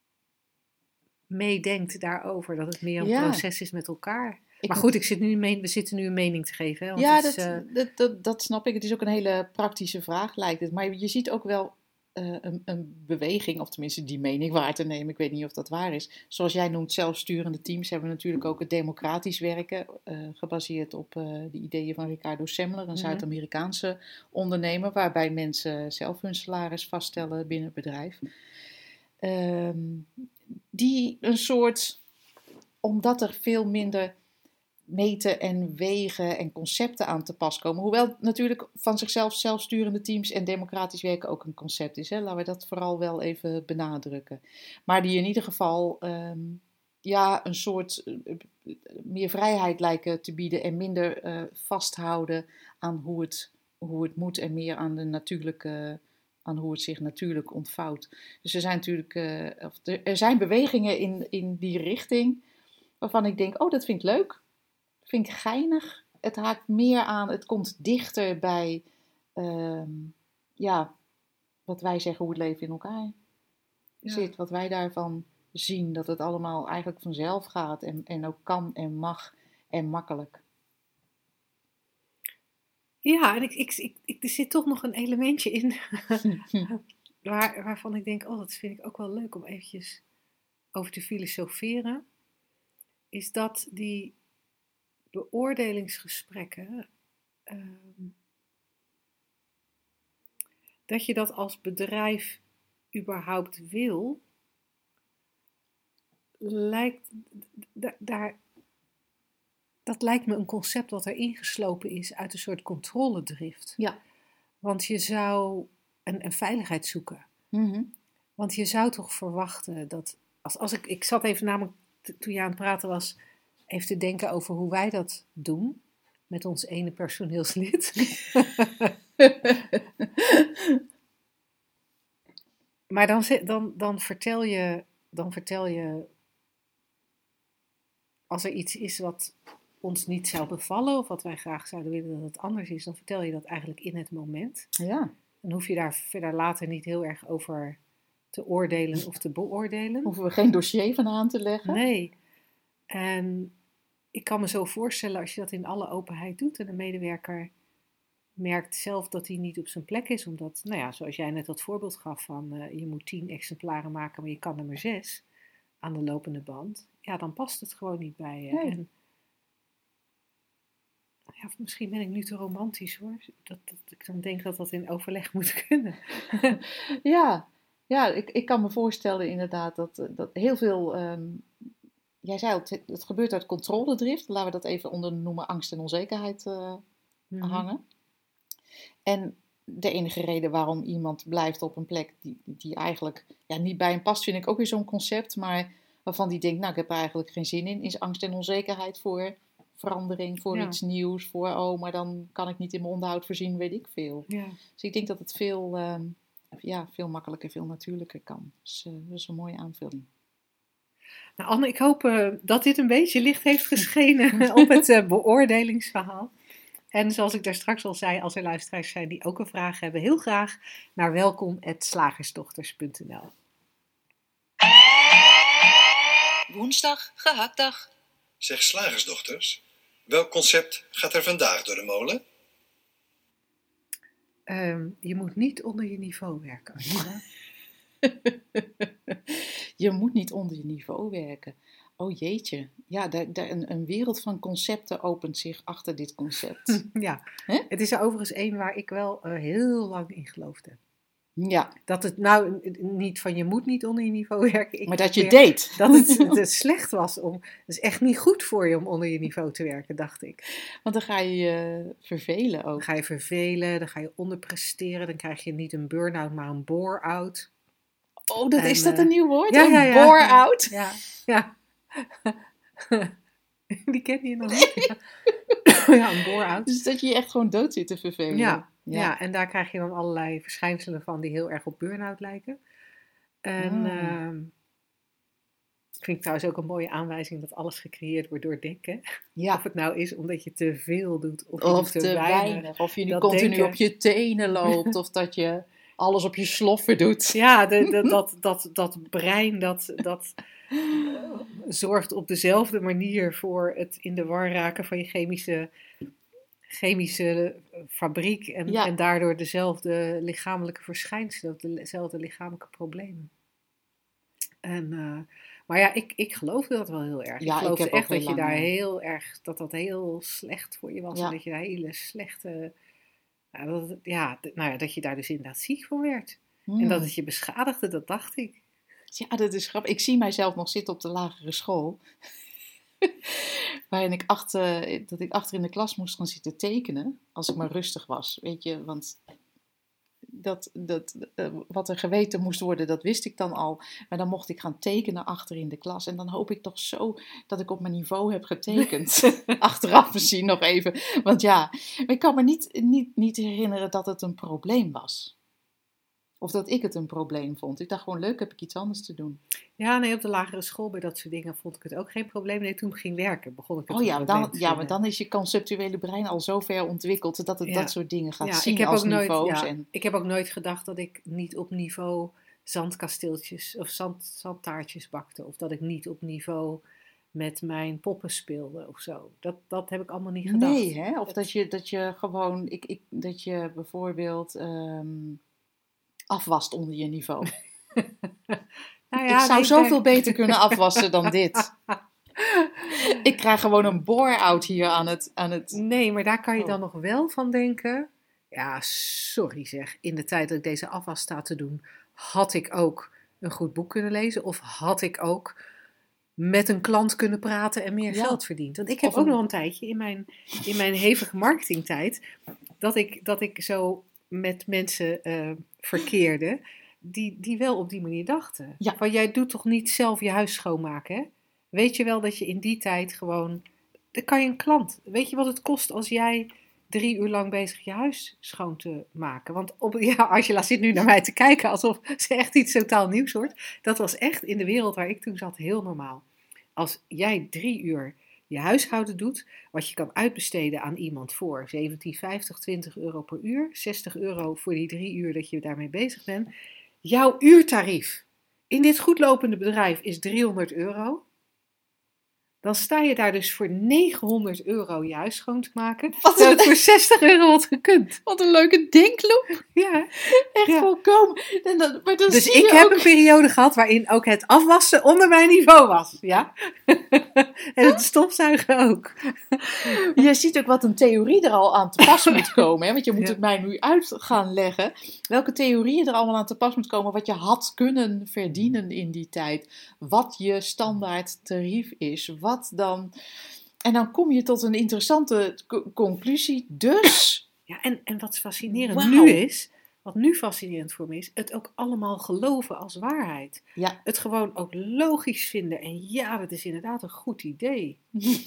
[SPEAKER 2] meedenkt daarover, dat het meer een
[SPEAKER 3] Ja.
[SPEAKER 2] proces is met elkaar.
[SPEAKER 3] Ik
[SPEAKER 2] maar goed, ik zit nu me- we zitten nu een mening te geven. Hè, want
[SPEAKER 3] ja,
[SPEAKER 2] het is,
[SPEAKER 3] dat,
[SPEAKER 2] uh,
[SPEAKER 3] dat, dat, dat snap ik. Het is ook een hele praktische vraag, lijkt het. Maar je ziet ook wel uh, een, een beweging, of tenminste die mening waar te nemen. Ik weet niet of dat waar is. Zoals jij noemt, zelfsturende teams hebben natuurlijk ook het democratisch werken, uh, gebaseerd op uh, de ideeën van Ricardo Semler, een mm-hmm. Zuid-Amerikaanse ondernemer, waarbij mensen zelf hun salaris vaststellen binnen het bedrijf. Um, die een soort, omdat er veel minder meten en wegen en concepten aan te pas komen. Hoewel natuurlijk van zichzelf zelfsturende teams en democratisch werken ook een concept is. Hè? Laten we dat vooral wel even benadrukken. Maar die in ieder geval um, ja, een soort uh, meer vrijheid lijken te bieden en minder uh, vasthouden aan hoe het, hoe het moet en meer aan de natuurlijke, aan hoe het zich natuurlijk ontvouwt. Dus er zijn natuurlijk uh, of er zijn bewegingen in, in die richting waarvan ik denk, oh, dat vind ik leuk. Vind ik geinig. Het haakt meer aan, het komt dichter bij um, ja, wat wij zeggen, hoe het leven in elkaar ja. zit. Wat wij daarvan zien, dat het allemaal eigenlijk vanzelf gaat en, en ook kan en mag en makkelijk.
[SPEAKER 2] Ja, en ik, ik, ik, ik, er zit toch nog een elementje in waar, waarvan ik denk, oh, dat vind ik ook wel leuk om eventjes over te filosoferen. Is dat die beoordelingsgesprekken, uh, dat je dat als bedrijf überhaupt wil, lijkt, d- daar, dat lijkt me een concept wat er ingeslopen is uit een soort controledrift.
[SPEAKER 3] Ja.
[SPEAKER 2] Want je zou een, een veiligheid zoeken.
[SPEAKER 3] Mm-hmm.
[SPEAKER 2] Want je zou toch verwachten dat, als, als ik, ik zat even namelijk, toen je aan het praten was, even te denken over hoe wij dat doen met ons ene personeelslid. Maar dan, dan, dan, vertel je, dan vertel je, als er iets is wat ons niet zou bevallen of wat wij graag zouden willen dat het anders is, dan vertel je dat eigenlijk in het moment.
[SPEAKER 3] Ja.
[SPEAKER 2] Dan hoef je daar verder later niet heel erg over te oordelen of te beoordelen.
[SPEAKER 3] Hoeven we geen dossier van aan te leggen?
[SPEAKER 2] Nee. En ik kan me zo voorstellen, als je dat in alle openheid doet en de medewerker merkt zelf dat hij niet op zijn plek is, omdat, nou ja, zoals jij net dat voorbeeld gaf van uh, je moet tien exemplaren maken, maar je kan er maar zes aan de lopende band, ja, dan past het gewoon niet bij je.
[SPEAKER 3] Nee.
[SPEAKER 2] En, ja, misschien ben ik nu te romantisch hoor, dat, dat ik dan denk dat dat in overleg moet kunnen.
[SPEAKER 3] ja, ja ik, ik kan me voorstellen inderdaad dat, dat heel veel... Um... Jij zei al, het, het gebeurt uit controledrift. Laten we dat even onder noemen angst en onzekerheid uh, mm-hmm. hangen. En de enige reden waarom iemand blijft op een plek die, die eigenlijk ja, niet bij hem past, vind ik ook weer zo'n concept. Maar waarvan die denkt, nou ik heb er eigenlijk geen zin in. Is angst en onzekerheid voor verandering, voor ja. iets nieuws. Voor, oh, maar dan kan ik niet in mijn onderhoud voorzien, weet ik veel.
[SPEAKER 2] Ja.
[SPEAKER 3] Dus ik denk dat het veel, uh, ja, veel makkelijker, veel natuurlijker kan. Dus uh, dat is een mooie aanvulling.
[SPEAKER 2] Nou Anne, ik hoop uh, dat dit een beetje licht heeft geschenen op het uh, beoordelingsverhaal. En zoals ik daar straks al zei, als er luisteraars zijn die ook een vraag hebben, heel graag naar welkom apenstaartje slagersdochters punt n l.
[SPEAKER 1] Woensdag, gehaktdag.
[SPEAKER 4] Zeg slagersdochters, welk concept gaat er vandaag door de molen?
[SPEAKER 2] Um, je moet niet onder je niveau werken, Angela.
[SPEAKER 3] Je moet niet onder je niveau werken. Oh jeetje. Ja, daar, daar, een, een wereld van concepten opent zich achter dit concept.
[SPEAKER 2] Ja,
[SPEAKER 3] Hè?
[SPEAKER 2] het is er overigens één waar ik wel uh, heel lang in geloofde.
[SPEAKER 3] Ja,
[SPEAKER 2] Dat het nou niet van je moet niet onder je niveau werken. Ik
[SPEAKER 3] maar dat je
[SPEAKER 2] weer,
[SPEAKER 3] deed.
[SPEAKER 2] Dat het, het, het slecht was. Om, het is echt niet goed voor je om onder je niveau te werken, dacht ik.
[SPEAKER 3] Want dan ga je je vervelen ook.
[SPEAKER 2] Dan ga je vervelen, dan ga je onderpresteren. Dan krijg je niet een burn-out, maar een bore-out.
[SPEAKER 3] Oh, dat,
[SPEAKER 2] En,
[SPEAKER 3] is dat
[SPEAKER 2] uh,
[SPEAKER 3] een nieuw woord?
[SPEAKER 2] Ja,
[SPEAKER 3] een
[SPEAKER 2] ja, ja,
[SPEAKER 3] bore-out?
[SPEAKER 2] Ja, ja. ja. Die ken je nog niet. Ja, een bore-out.
[SPEAKER 3] Dus dat je je echt gewoon dood zit te vervelen.
[SPEAKER 2] Ja, ja. ja, en daar krijg je dan allerlei verschijnselen van die heel erg op burn-out lijken. En
[SPEAKER 3] Mm.
[SPEAKER 2] uh, vind ik trouwens ook een mooie aanwijzing dat alles gecreëerd wordt door denken.
[SPEAKER 3] Ja.
[SPEAKER 2] Of het nou is omdat je te veel doet of,
[SPEAKER 3] Of
[SPEAKER 2] te,
[SPEAKER 3] te
[SPEAKER 2] weinig.
[SPEAKER 3] weinig. Of je nu
[SPEAKER 2] Dat
[SPEAKER 3] continu
[SPEAKER 2] denken.
[SPEAKER 3] op je tenen loopt. Of dat je alles op je sloffen doet.
[SPEAKER 2] Ja, de, de, dat, dat, dat brein dat, dat uh, zorgt op dezelfde manier voor het in de war raken van je chemische, chemische fabriek. En,
[SPEAKER 3] Ja.
[SPEAKER 2] en daardoor dezelfde lichamelijke verschijnselen, dezelfde lichamelijke problemen. En, uh, maar ja, ik, ik geloofde dat wel heel erg.
[SPEAKER 3] Ja,
[SPEAKER 2] ik geloofde
[SPEAKER 3] ik heb
[SPEAKER 2] echt
[SPEAKER 3] ook
[SPEAKER 2] dat je
[SPEAKER 3] heel
[SPEAKER 2] daar
[SPEAKER 3] lang,
[SPEAKER 2] heel erg, dat dat heel slecht voor je was.
[SPEAKER 3] Ja.
[SPEAKER 2] En dat je daar hele slechte, ja, dat, ja, nou ja, dat je daar dus inderdaad ziek van werd.
[SPEAKER 3] Hmm.
[SPEAKER 2] En dat het je beschadigde, dat dacht ik.
[SPEAKER 3] Ja, dat is grappig. Ik zie mijzelf nog zitten op de lagere school. Waarin ik achter, dat ik achter in de klas moest gaan zitten tekenen. Als ik maar rustig was. Weet je, want dat, dat, uh, wat er geweten moest worden, dat wist ik dan al. Maar dan mocht ik gaan tekenen achter in de klas. En dan hoop ik toch zo dat ik op mijn niveau heb getekend. Achteraf misschien nog even. Want ja, ik kan me niet, niet, niet herinneren dat het een probleem was. Of dat ik het een probleem vond. Ik dacht gewoon, leuk, heb ik iets anders te doen.
[SPEAKER 2] Ja, nee, op de lagere school bij dat soort dingen vond ik het ook geen probleem. Nee, toen ik ging werken begon ik het
[SPEAKER 3] oh
[SPEAKER 2] een
[SPEAKER 3] ja,
[SPEAKER 2] probleem
[SPEAKER 3] dan,
[SPEAKER 2] te
[SPEAKER 3] ja, maar
[SPEAKER 2] vinden.
[SPEAKER 3] dan is je conceptuele brein al zo ver ontwikkeld dat het
[SPEAKER 2] Ja.
[SPEAKER 3] dat soort dingen gaat
[SPEAKER 2] Ja,
[SPEAKER 3] zien
[SPEAKER 2] ik heb
[SPEAKER 3] als
[SPEAKER 2] ook nooit,
[SPEAKER 3] niveaus.
[SPEAKER 2] ja,
[SPEAKER 3] en...
[SPEAKER 2] ik heb ook nooit gedacht dat ik niet op niveau zandkasteeltjes of zand, zandtaartjes bakte. Of dat ik niet op niveau met mijn poppen speelde of zo. Dat, dat heb ik allemaal niet gedacht.
[SPEAKER 3] Nee, hè? Of
[SPEAKER 2] Het-
[SPEAKER 3] dat je, dat je gewoon, ik, ik, dat je bijvoorbeeld um, afwast onder je niveau.
[SPEAKER 2] Nou ja,
[SPEAKER 3] ik zou
[SPEAKER 2] nee,
[SPEAKER 3] zoveel
[SPEAKER 2] denk-
[SPEAKER 3] beter kunnen afwassen dan dit. Ik krijg gewoon een bore-out hier aan het... Aan het...
[SPEAKER 2] Nee, maar daar kan je
[SPEAKER 3] Oh.
[SPEAKER 2] dan nog wel van denken. Ja, sorry zeg. In de tijd dat ik deze afwas sta te doen, had ik ook een goed boek kunnen lezen. Of had ik ook met een klant kunnen praten en meer
[SPEAKER 3] Ja.
[SPEAKER 2] geld verdiend. Want ik heb
[SPEAKER 3] Of
[SPEAKER 2] ook
[SPEAKER 3] een-
[SPEAKER 2] nog een tijdje in mijn, in mijn hevige marketingtijd, dat ik, dat ik zo met mensen uh, verkeerde, die, die wel op die manier dachten.
[SPEAKER 3] Ja.
[SPEAKER 2] Van, jij doet toch niet zelf je huis schoonmaken, hè? Weet je wel dat je in die tijd gewoon... Dan kan je een klant... Weet je wat het kost als jij drie uur lang bezig je huis schoon te maken? Want op, ja, Angela zit nu naar mij te kijken alsof ze echt iets totaal nieuws hoort. Dat was echt in de wereld waar ik toen zat heel normaal. Als jij drie uur je huishouden doet, wat je kan uitbesteden aan iemand voor zeventien vijftig, twintig euro per uur, zestig euro voor die drie uur dat je daarmee bezig bent. Jouw uurtarief in dit goedlopende bedrijf is driehonderd euro. Dan sta je daar dus voor negenhonderd euro je huis schoon te maken.
[SPEAKER 3] Wat
[SPEAKER 2] Terwijl
[SPEAKER 3] een,
[SPEAKER 2] het voor zestig euro had gekund.
[SPEAKER 3] wat een leuke denkloop.
[SPEAKER 2] Ja.
[SPEAKER 3] Echt
[SPEAKER 2] Ja.
[SPEAKER 3] volkomen. En dan, maar dan
[SPEAKER 2] Dus
[SPEAKER 3] zie
[SPEAKER 2] ik
[SPEAKER 3] je
[SPEAKER 2] heb
[SPEAKER 3] ook...
[SPEAKER 2] een periode gehad waarin ook het afwassen onder mijn niveau was. Ja? En het stofzuigen ook.
[SPEAKER 3] Je ziet ook wat een theorie er al aan te pas moet komen. Hè? Want je moet
[SPEAKER 2] Ja.
[SPEAKER 3] het mij nu uit gaan leggen. Welke theorieën er allemaal aan te pas moet komen. Wat je had kunnen verdienen in die tijd. Wat je standaard tarief is. Wat dan... En dan kom je tot een interessante co- conclusie. Dus...
[SPEAKER 2] Ja, en, en wat fascinerend
[SPEAKER 3] Wauw.
[SPEAKER 2] nu is, wat nu fascinerend voor me is, het ook allemaal geloven als waarheid.
[SPEAKER 3] Ja.
[SPEAKER 2] Het gewoon ook logisch vinden. En ja, dat is inderdaad een goed idee.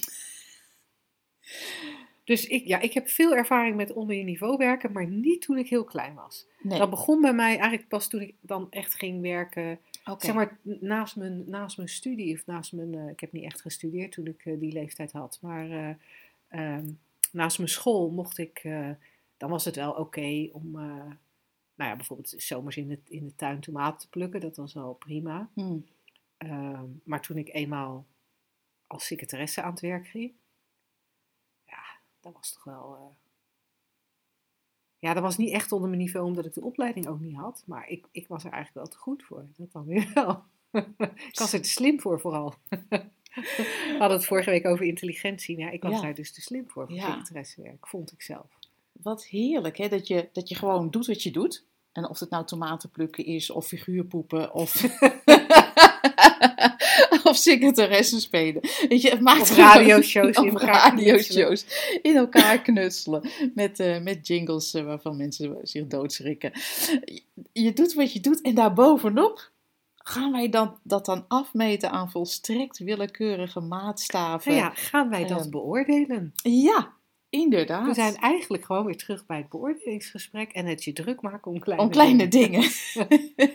[SPEAKER 2] Dus ik, ja, ik heb veel ervaring met onder je niveau werken, maar niet toen ik heel klein was.
[SPEAKER 3] Nee.
[SPEAKER 2] Dat begon bij mij eigenlijk pas toen ik dan echt ging werken.
[SPEAKER 3] Oké.
[SPEAKER 2] Zeg maar naast mijn, naast mijn studie, of naast mijn, uh, ik heb niet echt gestudeerd toen ik uh, die leeftijd had, maar uh, um, naast mijn school mocht ik, uh, dan was het wel oké okay om, uh, nou ja, bijvoorbeeld zomers in de, in de tuin tomaten te plukken, dat was wel prima.
[SPEAKER 3] Hmm.
[SPEAKER 2] Uh, maar toen ik eenmaal als secretaresse aan het werk ging, ja, dat was toch wel, uh, Ja, dat was niet echt onder mijn niveau, omdat ik de opleiding ook niet had. Maar ik, ik was er eigenlijk wel te goed voor. Dat dan weer wel. Ik was er te slim voor vooral. We hadden het vorige week over intelligentie. Ja, ik was
[SPEAKER 3] Ja.
[SPEAKER 2] daar dus te slim voor, voor
[SPEAKER 3] Ja.
[SPEAKER 2] secretaressewerk, vond ik zelf.
[SPEAKER 3] Wat heerlijk, hè? Dat je, dat je gewoon doet wat je doet. En of het nou tomaten plukken is, of figuurpoepen, of, of secretaressen spelen. Weet je, het maakt
[SPEAKER 2] Of
[SPEAKER 3] gewoon-
[SPEAKER 2] radioshows in
[SPEAKER 3] of
[SPEAKER 2] elkaar
[SPEAKER 3] radioshows in elkaar knutselen. Met, eh, met jingles eh, waarvan mensen zich doodschrikken. Je, je doet wat je doet en daarbovenop gaan wij dan, dat dan afmeten aan volstrekt willekeurige maatstaven.
[SPEAKER 2] Nou ja, gaan wij dat
[SPEAKER 3] Ehm,
[SPEAKER 2] beoordelen?
[SPEAKER 3] Ja, inderdaad.
[SPEAKER 2] We zijn eigenlijk gewoon weer terug bij het beoordelingsgesprek en het je druk maken om kleine,
[SPEAKER 3] Om kleine
[SPEAKER 2] dingen.
[SPEAKER 3] dingen.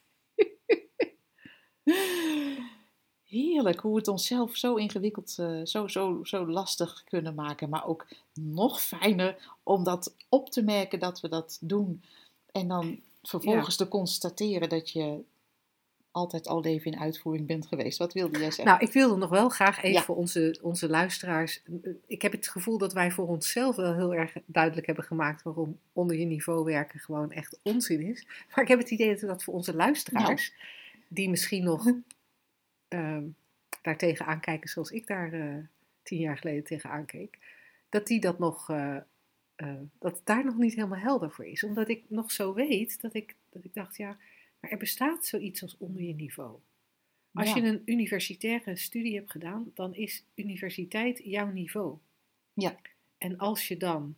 [SPEAKER 3] Heerlijk hoe we het onszelf zo ingewikkeld, eh, zo, zo, zo lastig kunnen maken. Maar ook nog fijner om dat op te merken dat we dat doen. En dan vervolgens te constateren dat je altijd al even in uitvoering bent geweest. Wat wilde jij zeggen?
[SPEAKER 2] Nou, ik wilde nog wel graag even
[SPEAKER 3] Ja.
[SPEAKER 2] voor onze, onze luisteraars. Ik heb het gevoel dat wij voor onszelf wel heel erg duidelijk hebben gemaakt waarom onder je niveau werken gewoon echt onzin is. Maar ik heb het idee dat we dat voor onze luisteraars, die misschien nog ehm daar tegenaan kijken zoals ik daar eh, tien jaar geleden tegenaan keek, dat die dat nog, eh, eh, dat het daar nog niet helemaal helder voor is. Omdat ik nog zo weet dat ik, dat ik dacht, ja, maar er bestaat zoiets als onder je niveau. Als
[SPEAKER 3] Ja.
[SPEAKER 2] je een universitaire studie hebt gedaan, dan is universiteit jouw niveau.
[SPEAKER 3] Ja.
[SPEAKER 2] En als je dan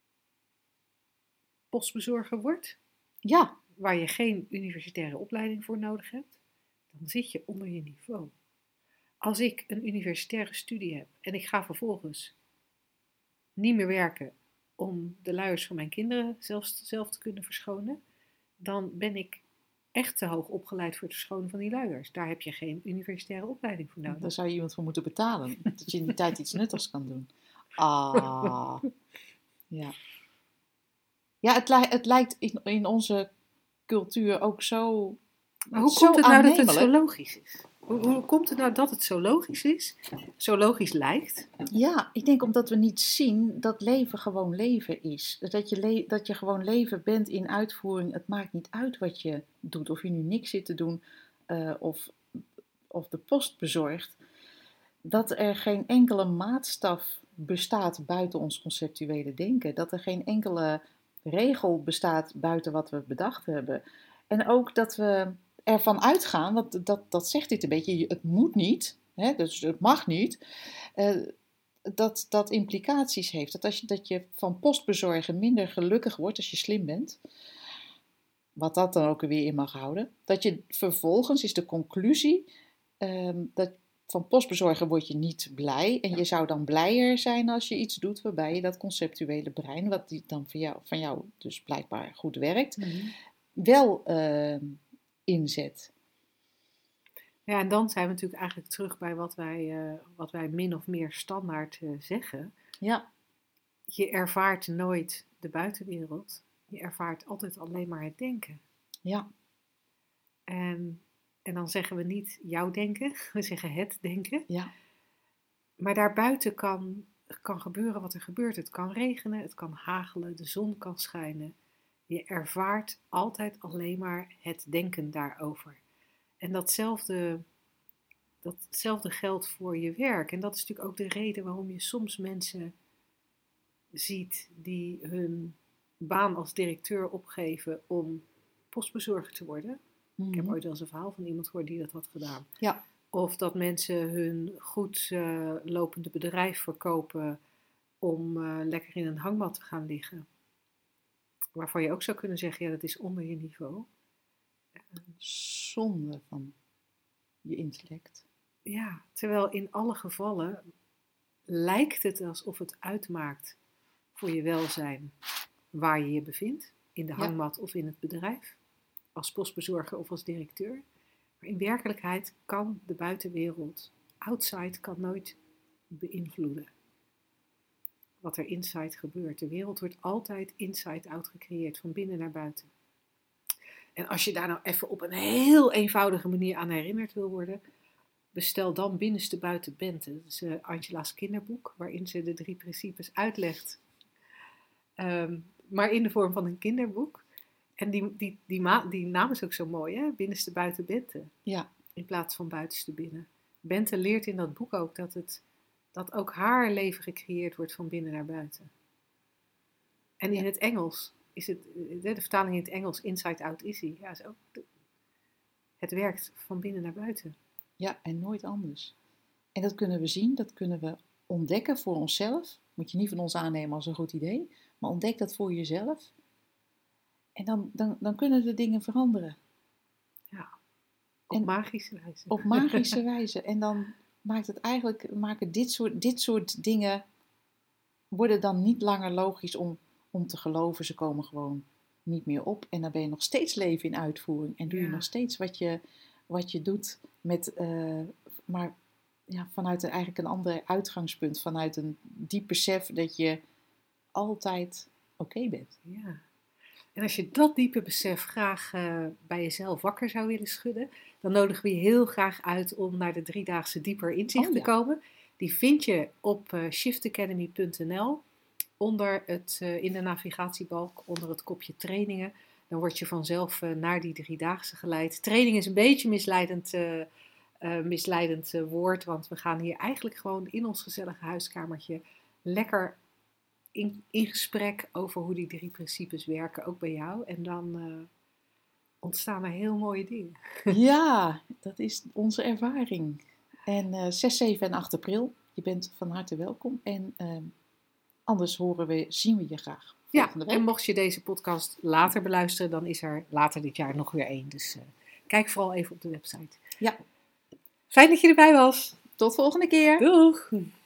[SPEAKER 2] postbezorger wordt,
[SPEAKER 3] Ja,
[SPEAKER 2] waar je geen universitaire opleiding voor nodig hebt, dan zit je onder je niveau. Als ik een universitaire studie heb en ik ga vervolgens niet meer werken om de luiers van mijn kinderen zelfs, zelf te kunnen verschonen, dan ben ik echt te hoog opgeleid voor het verschonen van die luiers. Daar heb je geen universitaire opleiding voor nodig.
[SPEAKER 3] daar zou je iemand voor moeten betalen. Dat je in die tijd iets nuttigs kan doen. Ah. Ja. Ja, het, li- het lijkt in, in onze cultuur ook zo.
[SPEAKER 2] Maar hoe
[SPEAKER 3] zo
[SPEAKER 2] komt het nou dat het zo
[SPEAKER 3] aannemelijk.
[SPEAKER 2] logisch is? Hoe, hoe komt het nou dat het zo logisch is? Zo logisch lijkt?
[SPEAKER 3] Ja, ik denk omdat we niet zien dat leven gewoon leven is. Dat je, le- dat je gewoon leven bent in uitvoering. Het maakt niet uit wat je doet. Of je nu niks zit te doen eh, of, of de post bezorgt. Dat er geen enkele maatstaf bestaat buiten ons conceptuele denken. Dat er geen enkele regel bestaat buiten wat we bedacht hebben. En ook dat we ervan uitgaan, want dat, dat zegt dit een beetje, het moet niet, hè, dus het mag niet, eh, dat dat implicaties heeft. Dat, als je, dat je van postbezorgen minder gelukkig wordt als je slim bent, wat dat dan ook weer in mag houden, dat je vervolgens is de conclusie ehm, dat van postbezorgen word je niet blij en je zou dan blijer zijn als je iets doet waarbij je dat conceptuele brein, wat die dan van jou, van jou dus blijkbaar goed werkt, wel uh, inzet.
[SPEAKER 2] Ja, en dan zijn we natuurlijk eigenlijk terug bij wat wij, uh, wat wij min of meer standaard uh, zeggen.
[SPEAKER 3] Ja.
[SPEAKER 2] Je ervaart nooit de buitenwereld. Je ervaart altijd alleen maar het denken.
[SPEAKER 3] Ja.
[SPEAKER 2] En, en dan zeggen we niet jouw denken, we zeggen het denken.
[SPEAKER 3] Ja.
[SPEAKER 2] Maar daarbuiten kan, kan gebeuren wat er gebeurt. Het kan regenen, het kan hagelen, de zon kan schijnen. Je ervaart altijd alleen maar het denken daarover. En datzelfde, datzelfde geldt voor je werk. En dat is natuurlijk ook de reden waarom je soms mensen ziet die hun baan als directeur opgeven om postbezorger te worden. Mm-hmm. Ik heb ooit wel eens een verhaal van iemand gehoord die dat had gedaan.
[SPEAKER 3] Ja.
[SPEAKER 2] Of dat mensen hun goed uh, lopende bedrijf verkopen om uh, lekker in een hangmat te gaan liggen. Waarvan je ook zou kunnen zeggen, ja, dat is onder je niveau.
[SPEAKER 3] Zonde van je intellect.
[SPEAKER 2] Ja, terwijl in alle gevallen lijkt het alsof het uitmaakt voor je welzijn waar je je bevindt. In de hangmat ja. of in het bedrijf. Als postbezorger of als directeur. Maar in werkelijkheid kan de buitenwereld, outside, kan nooit beïnvloeden wat er inside gebeurt. De wereld wordt altijd inside-out gecreëerd, van binnen naar buiten. En als je daar nou even op een heel eenvoudige manier aan herinnerd wil worden, bestel dan Binnenste Buiten Bente. Dat is uh, Angela's kinderboek, waarin ze de drie principes uitlegt. Um, maar in de vorm van een kinderboek. En die, die, die, ma- die naam is ook zo mooi, hè? Binnenste buiten Bente.
[SPEAKER 3] Ja.
[SPEAKER 2] In plaats van buitenste binnen. Bente leert in dat boek ook dat, het, dat ook haar leven gecreëerd wordt van binnen naar buiten. En in
[SPEAKER 3] Ja.
[SPEAKER 2] het Engels is het, de vertaling in het Engels, Inside Out Easy. Ja, is ook, het werkt van binnen naar buiten.
[SPEAKER 3] Ja, en nooit anders. En dat kunnen we zien, dat kunnen we ontdekken voor onszelf. Moet je niet van ons aannemen als een goed idee, maar ontdek dat voor jezelf. En dan, dan, dan kunnen de dingen veranderen.
[SPEAKER 2] Ja, op
[SPEAKER 3] En-
[SPEAKER 2] magische wijze.
[SPEAKER 3] Op magische wijze. En dan maakt het eigenlijk, maken dit soort, dit soort dingen, worden dan niet langer logisch om, om te geloven. Ze komen gewoon niet meer op. En dan ben je nog steeds leven in uitvoering. En doe je
[SPEAKER 2] Ja.
[SPEAKER 3] nog steeds wat je, wat je doet met, eh, maar ja, vanuit een, eigenlijk een ander uitgangspunt. Vanuit een diep besef dat je altijd oké bent.
[SPEAKER 2] Ja. En als je dat diepe besef graag eh, bij jezelf wakker zou willen schudden, dan nodigen we je heel graag uit om naar de driedaagse dieper inzicht
[SPEAKER 3] Oh,
[SPEAKER 2] te
[SPEAKER 3] ja.
[SPEAKER 2] komen. Die vind je op eh, shift academy punt n l onder het, eh, in de navigatiebalk onder het kopje trainingen. Dan word je vanzelf eh, naar die driedaagse geleid. Training is een beetje misleidend, eh, eh, misleidend eh, woord, want we gaan hier eigenlijk gewoon in ons gezellige huiskamertje lekker in, in gesprek over hoe die drie principes werken, ook bij jou. En dan uh, ontstaan er heel mooie dingen.
[SPEAKER 3] Ja, dat is onze ervaring. En uh, zes, zeven en acht april, je bent van harte welkom. En uh, anders horen we, zien we je graag
[SPEAKER 2] Ja,
[SPEAKER 3] volgende week.
[SPEAKER 2] en mocht je deze podcast later beluisteren, dan is er later dit jaar nog weer één. Dus uh, kijk vooral even op de website.
[SPEAKER 3] Ja.
[SPEAKER 2] Fijn dat je erbij was.
[SPEAKER 3] Tot volgende keer.
[SPEAKER 2] Doeg!